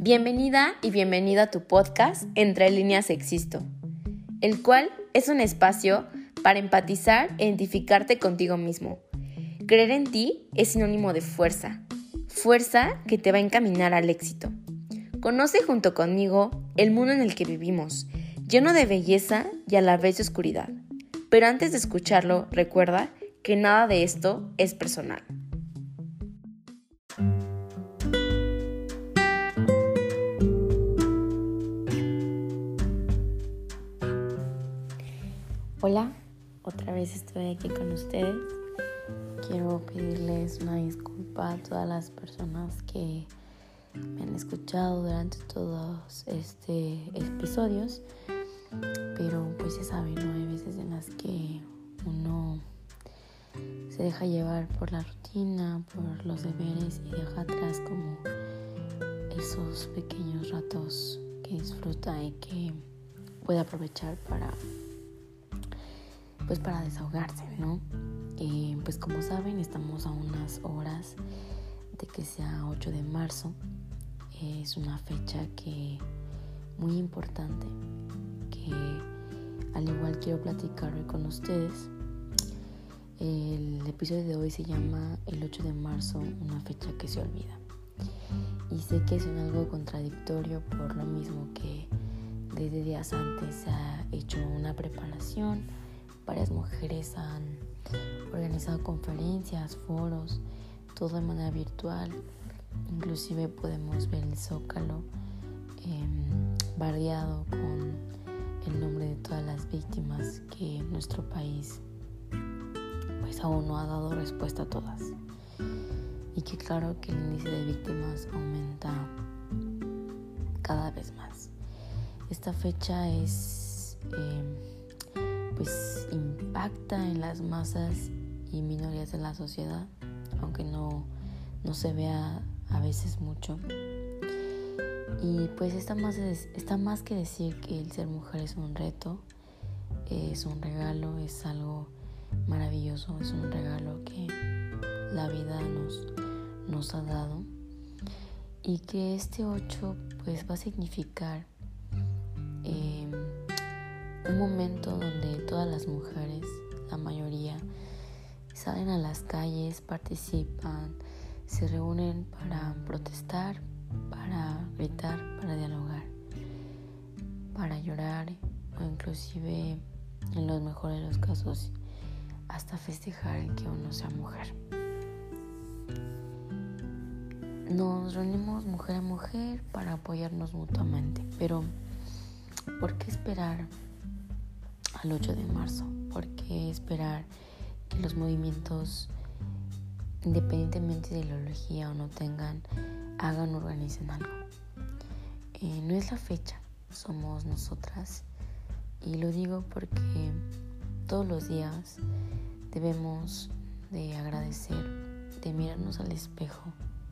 Bienvenida y bienvenido a tu podcast Entre Líneas Existo, el cual es un espacio para empatizar e identificarte contigo mismo. Creer en ti es sinónimo de fuerza que te va a encaminar al éxito. Conoce junto conmigo el mundo en el que vivimos, lleno de belleza y a la vez de oscuridad. Pero antes de escucharlo, recuerda que nada de esto es personal. Hola, otra vez estoy aquí con ustedes. Quiero pedirles una disculpa a todas las personas que me han escuchado durante todos estos episodios, pero pues ya saben, ¿no? Hay veces en las que uno se deja llevar por la rutina, por los deberes y deja atrás como esos pequeños ratos que disfruta y que puede aprovechar para desahogarse, ¿no? Pues como saben, estamos a unas horas de que sea 8 de marzo. Es una fecha muy importante, que al igual quiero platicar hoy con ustedes. El episodio de hoy se llama El 8 de marzo, una fecha que se olvida. Y sé que es algo contradictorio por lo mismo que desde días antes se ha hecho una preparación. Varias mujeres han organizado conferencias, foros, todo de manera virtual. Inclusive podemos ver el Zócalo bardeado con el nombre de todas las víctimas que nuestro país pues aún no ha dado respuesta a todas. Y que claro que el índice de víctimas aumenta cada vez más. Esta fecha pues impacta en las masas y minorías de la sociedad, aunque no se vea a veces mucho. Y pues está más que decir que el ser mujer es un reto, es un regalo, es algo maravilloso, es un regalo que la vida nos ha dado, y que este 8 pues va a significar un momento donde todas las mujeres, la mayoría, salen a las calles, participan, se reúnen para protestar, para gritar, para dialogar, para llorar o inclusive, en los mejores de los casos, hasta festejar el que uno sea mujer. Nos reunimos mujer a mujer para apoyarnos mutuamente, pero ¿por qué esperar al 8 de marzo? ¿Por qué esperar que los movimientos, independientemente de ideología o no tengan, hagan o organicen algo? No es la fecha, somos nosotras. Y lo digo porque todos los días debemos de agradecer, de mirarnos al espejo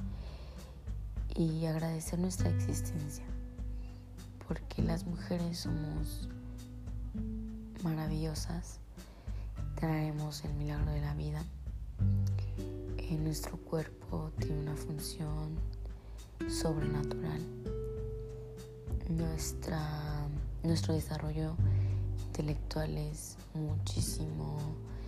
y agradecer nuestra existencia, porque las mujeres somos maravillosas, traemos el milagro de la vida. Nuestro cuerpo tiene una función sobrenatural. Nuestro desarrollo intelectual es muchísimo,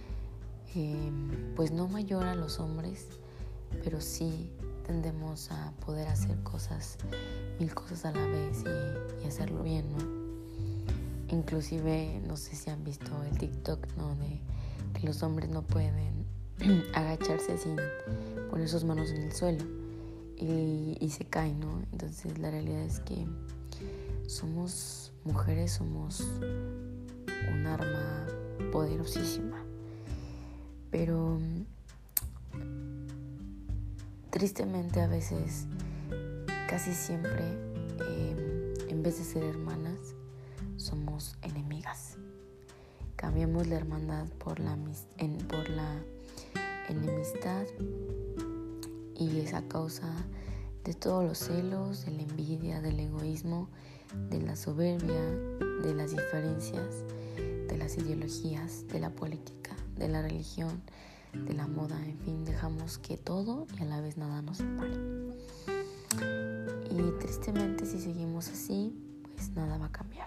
pues no mayor a los hombres, pero sí tendemos a poder hacer mil cosas a la vez y hacerlo bien, ¿no? Inclusive, no sé si han visto el TikTok, ¿no? De que los hombres no pueden agacharse sin poner sus manos en el suelo y se caen, ¿no? Entonces la realidad es que somos mujeres, somos un arma poderosísima, pero tristemente a veces, casi siempre, en vez de ser hermanas, somos enemigas. Cambiamos la hermandad por la enemistad, y es a causa de todos los celos, de la envidia, del egoísmo, de la soberbia, de las diferencias, de las ideologías, de la política, de la religión, de la moda, en fin, dejamos que todo y a la vez nada nos separe. Y Y tristemente, si seguimos así, pues nada va a cambiar.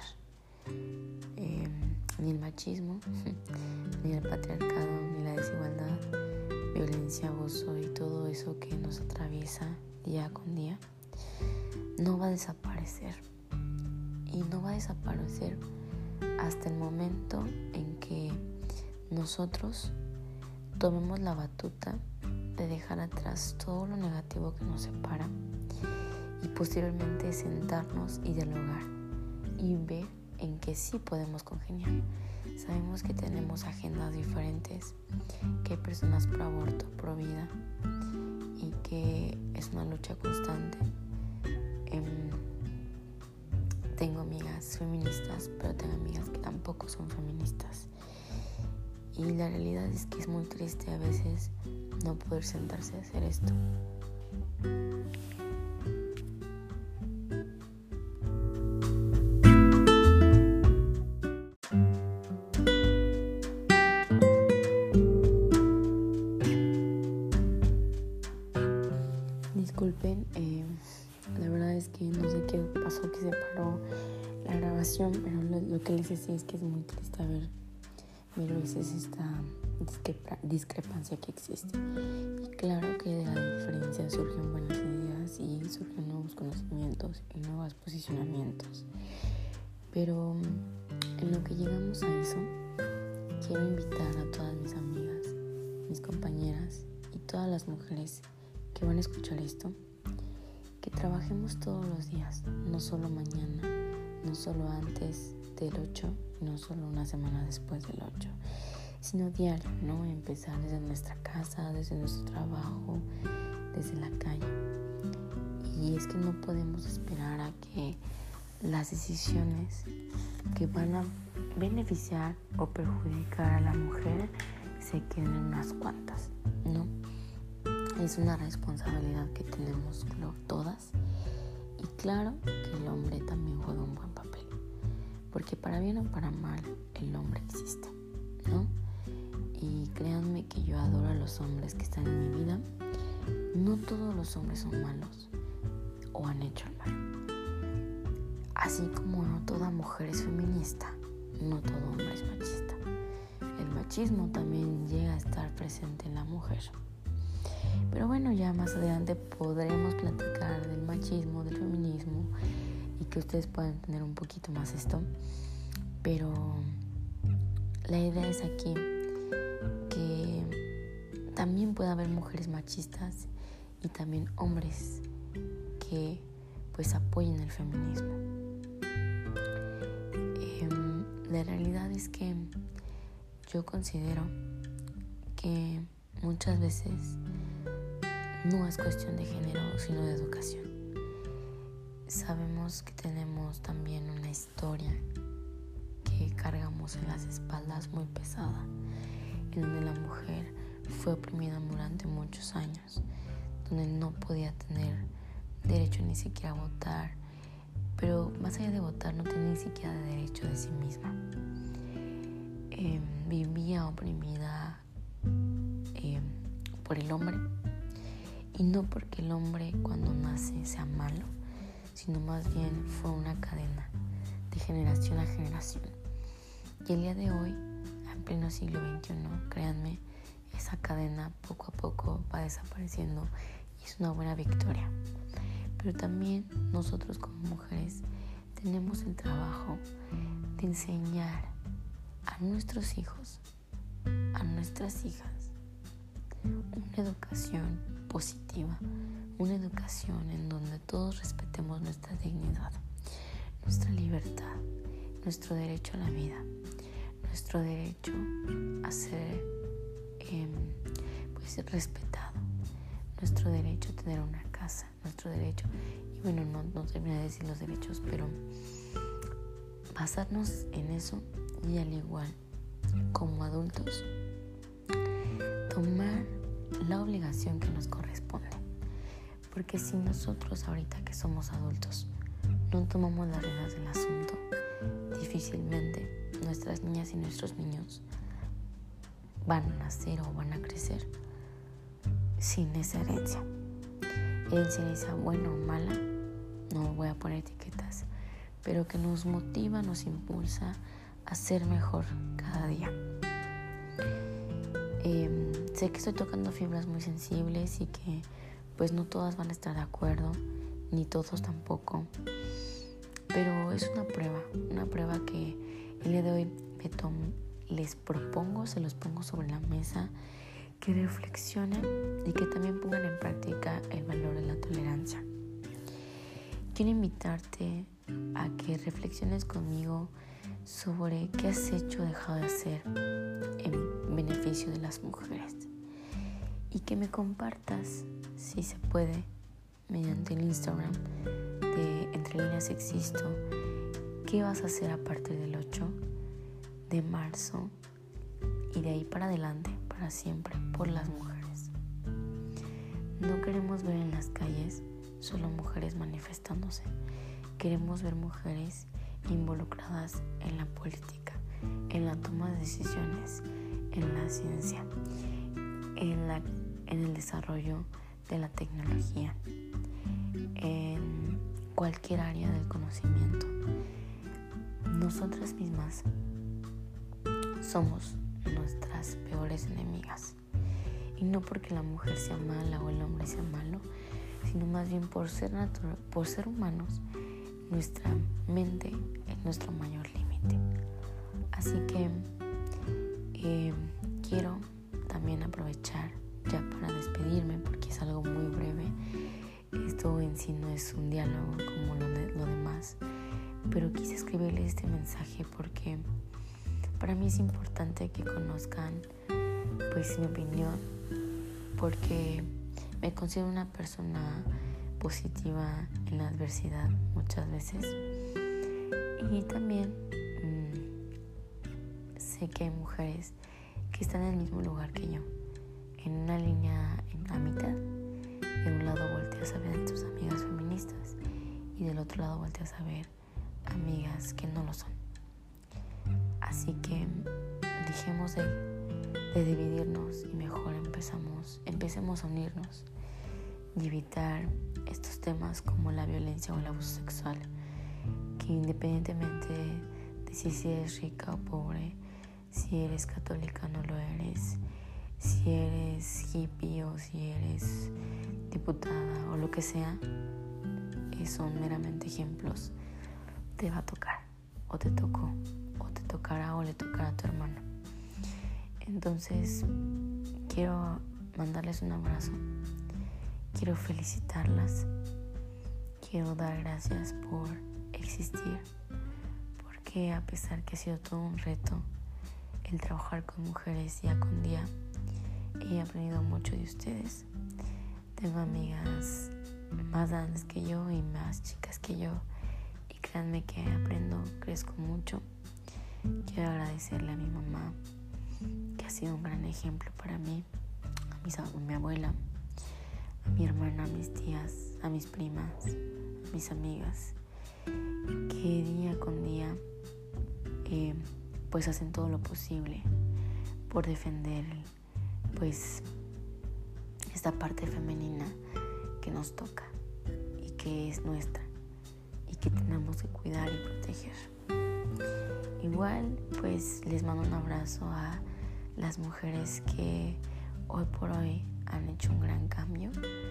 Ni el machismo, ni el patriarcado, ni la desigualdad, violencia, abuso y todo eso que nos atraviesa día con día no va a desaparecer. Y no va a desaparecer hasta el momento en que nosotros tomemos la batuta de dejar atrás todo lo negativo que nos separa y posteriormente sentarnos y dialogar y ver en que sí podemos congeniar. Sabemos que tenemos agendas diferentes, que hay personas pro aborto, pro vida, y que es una lucha constante. Tengo amigas feministas, pero tengo amigas que tampoco son feministas. Y la realidad es que es muy triste a veces no poder sentarse a hacer esto. Disculpen, la verdad es que no sé qué pasó, que se paró la grabación, pero lo que les decía es que es muy triste ver a veces esta discrepancia que existe. Y claro que de la diferencia surgen buenas ideas y surgen nuevos conocimientos y nuevos posicionamientos. Pero en lo que llegamos a eso, quiero invitar a todas mis amigas, mis compañeras y todas las mujeres que van a escuchar esto, que trabajemos todos los días, no solo mañana, no solo antes del 8, no solo una semana después del 8, sino diario, ¿no? Empezar desde nuestra casa, desde nuestro trabajo, desde la calle. Y es que no podemos esperar a que las decisiones que van a beneficiar o perjudicar a la mujer se queden en unas cuantas, ¿no? Es una responsabilidad que tenemos todas, y claro que el hombre también juega un buen papel, porque para bien o para mal el hombre existe, ¿no? Y créanme que yo adoro a los hombres que están en mi vida. No todos los hombres son malos o han hecho el mal, así como no toda mujer es feminista, no todo hombre es machista. El machismo también llega a estar presente en la mujer. Pero bueno, ya más adelante podremos platicar del machismo, del feminismo, y que ustedes puedan entender un poquito más esto. Pero la idea es aquí que también puede haber mujeres machistas y también hombres que pues apoyen el feminismo. La realidad es que yo considero que muchas veces no es cuestión de género, sino de educación. Sabemos que tenemos también una historia que cargamos en las espaldas muy pesada, en donde la mujer fue oprimida durante muchos años, donde no podía tener derecho ni siquiera a votar, pero más allá de votar no tenía ni siquiera derecho de sí misma. Vivía oprimida por el hombre, y no porque el hombre cuando nace sea malo, sino más bien fue una cadena de generación a generación. Y el día de hoy, en pleno siglo XXI, créanme, esa cadena poco a poco va desapareciendo y es una buena victoria. Pero también nosotros como mujeres tenemos el trabajo de enseñar a nuestros hijos, a nuestras hijas, una educación positiva, una educación en donde todos respetemos nuestra dignidad, nuestra libertad, nuestro derecho a la vida, nuestro derecho a ser pues respetado, nuestro derecho a tener una casa, nuestro derecho, y bueno, no terminé de decir los derechos, pero basarnos en eso, y al igual como adultos tomar la obligación que nos corresponde, porque si nosotros ahorita que somos adultos no tomamos las riendas del asunto, difícilmente nuestras niñas y nuestros niños van a nacer o van a crecer sin esa herencia. Herencia buena o mala, no voy a poner etiquetas, pero que nos motiva, nos impulsa a ser mejor cada día. Sé que estoy tocando fibras muy sensibles y que pues no todas van a estar de acuerdo, ni todos tampoco, pero es una prueba que el día de hoy les propongo, se los pongo sobre la mesa, que reflexionen y que también pongan en práctica el valor de la tolerancia. Quiero invitarte a que reflexiones conmigo sobre qué has hecho o dejado de hacer en beneficio de las mujeres y que me compartas, si se puede, mediante el Instagram de Entre Líneas Existo, qué vas a hacer a partir del 8 de marzo y de ahí para adelante, para siempre, por las mujeres. No queremos ver en las calles solo mujeres manifestándose. Queremos ver mujeres involucradas en la política, en la toma de decisiones, en la ciencia, en el desarrollo de la tecnología, en cualquier área del conocimiento. Nosotras mismas somos nuestras peores enemigas, y no porque la mujer sea mala o el hombre sea malo, sino más bien por ser humanos. Nuestra mente es nuestro mayor límite. Así que quiero también aprovechar ya para despedirme, porque es algo muy breve. Esto en sí no es un diálogo como lo demás, pero quise escribirles este mensaje porque para mí es importante que conozcan pues mi opinión, porque me considero una persona positiva en la adversidad muchas veces, y también sé que hay mujeres que están en el mismo lugar que yo, en una línea en la mitad. De un lado volteas a ver a tus amigas feministas y del otro lado volteas a ver amigas que no lo son. Así que dejemos de dividirnos y mejor empecemos a unirnos y evitar estos temas como la violencia o el abuso sexual, que independientemente de si eres rica o pobre, si eres católica o no lo eres, si eres hippie o si eres diputada o lo que sea, son meramente ejemplos. Te va a tocar, o te tocó, o te tocará o le tocará a tu hermano. Entonces quiero mandarles un abrazo, quiero felicitarlas, quiero dar gracias por existir, porque a pesar que ha sido todo un reto el trabajar con mujeres día con día, he aprendido mucho de ustedes. Tengo amigas más grandes que yo y más chicas que yo, y créanme que aprendo, crezco mucho. Quiero agradecerle a mi mamá, que ha sido un gran ejemplo para mí, a mi abuela, a mi hermana, a mis tías, a mis primas, a mis amigas, que día con día pues hacen todo lo posible por defender pues esta parte femenina que nos toca y que es nuestra y que tenemos que cuidar y proteger. Igual pues les mando un abrazo a las mujeres que hoy por hoy han hecho un gran cambio.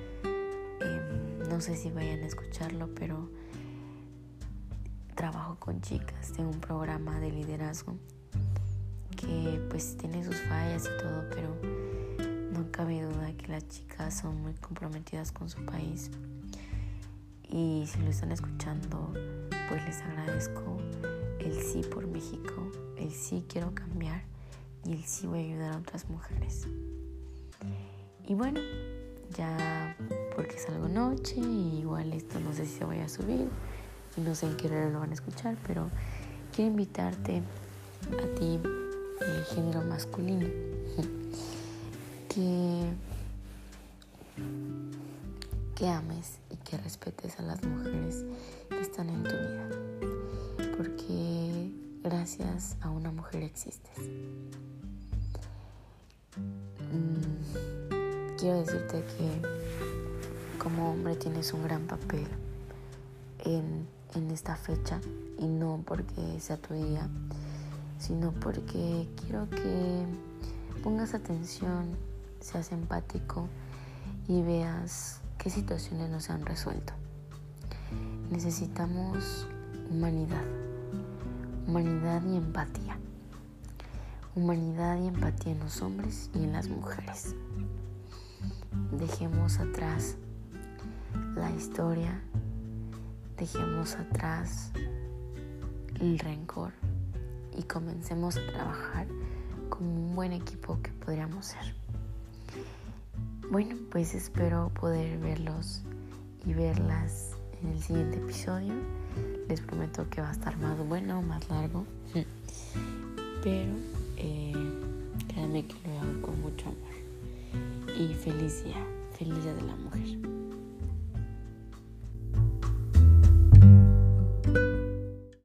No sé si vayan a escucharlo, pero trabajo con chicas de un programa de liderazgo que pues tiene sus fallas y todo, pero no cabe duda que las chicas son muy comprometidas con su país, y si lo están escuchando pues les agradezco el sí por México, el sí quiero cambiar y el sí voy a ayudar a otras mujeres. Y bueno, ya porque es algo noche y igual esto no sé si se vaya a subir y no sé en qué hora lo van a escuchar, pero quiero invitarte a ti, género masculino, que ames y que respetes a las mujeres que están en tu vida, porque gracias a una mujer existes. Quiero decirte que como hombre tienes un gran papel en esta fecha, y no porque sea tu día, sino porque quiero que pongas atención, seas empático y veas qué situaciones no se han resuelto. Necesitamos humanidad y empatía. Humanidad y empatía en los hombres y en las mujeres. Dejemos atrás la historia, dejemos atrás el rencor y comencemos a trabajar como un buen equipo que podríamos ser. Bueno, pues espero poder verlos y verlas en el siguiente episodio. Les prometo que va a estar más bueno, más largo, pero créanme que lo hago con mucho amor. Y feliz día de la mujer.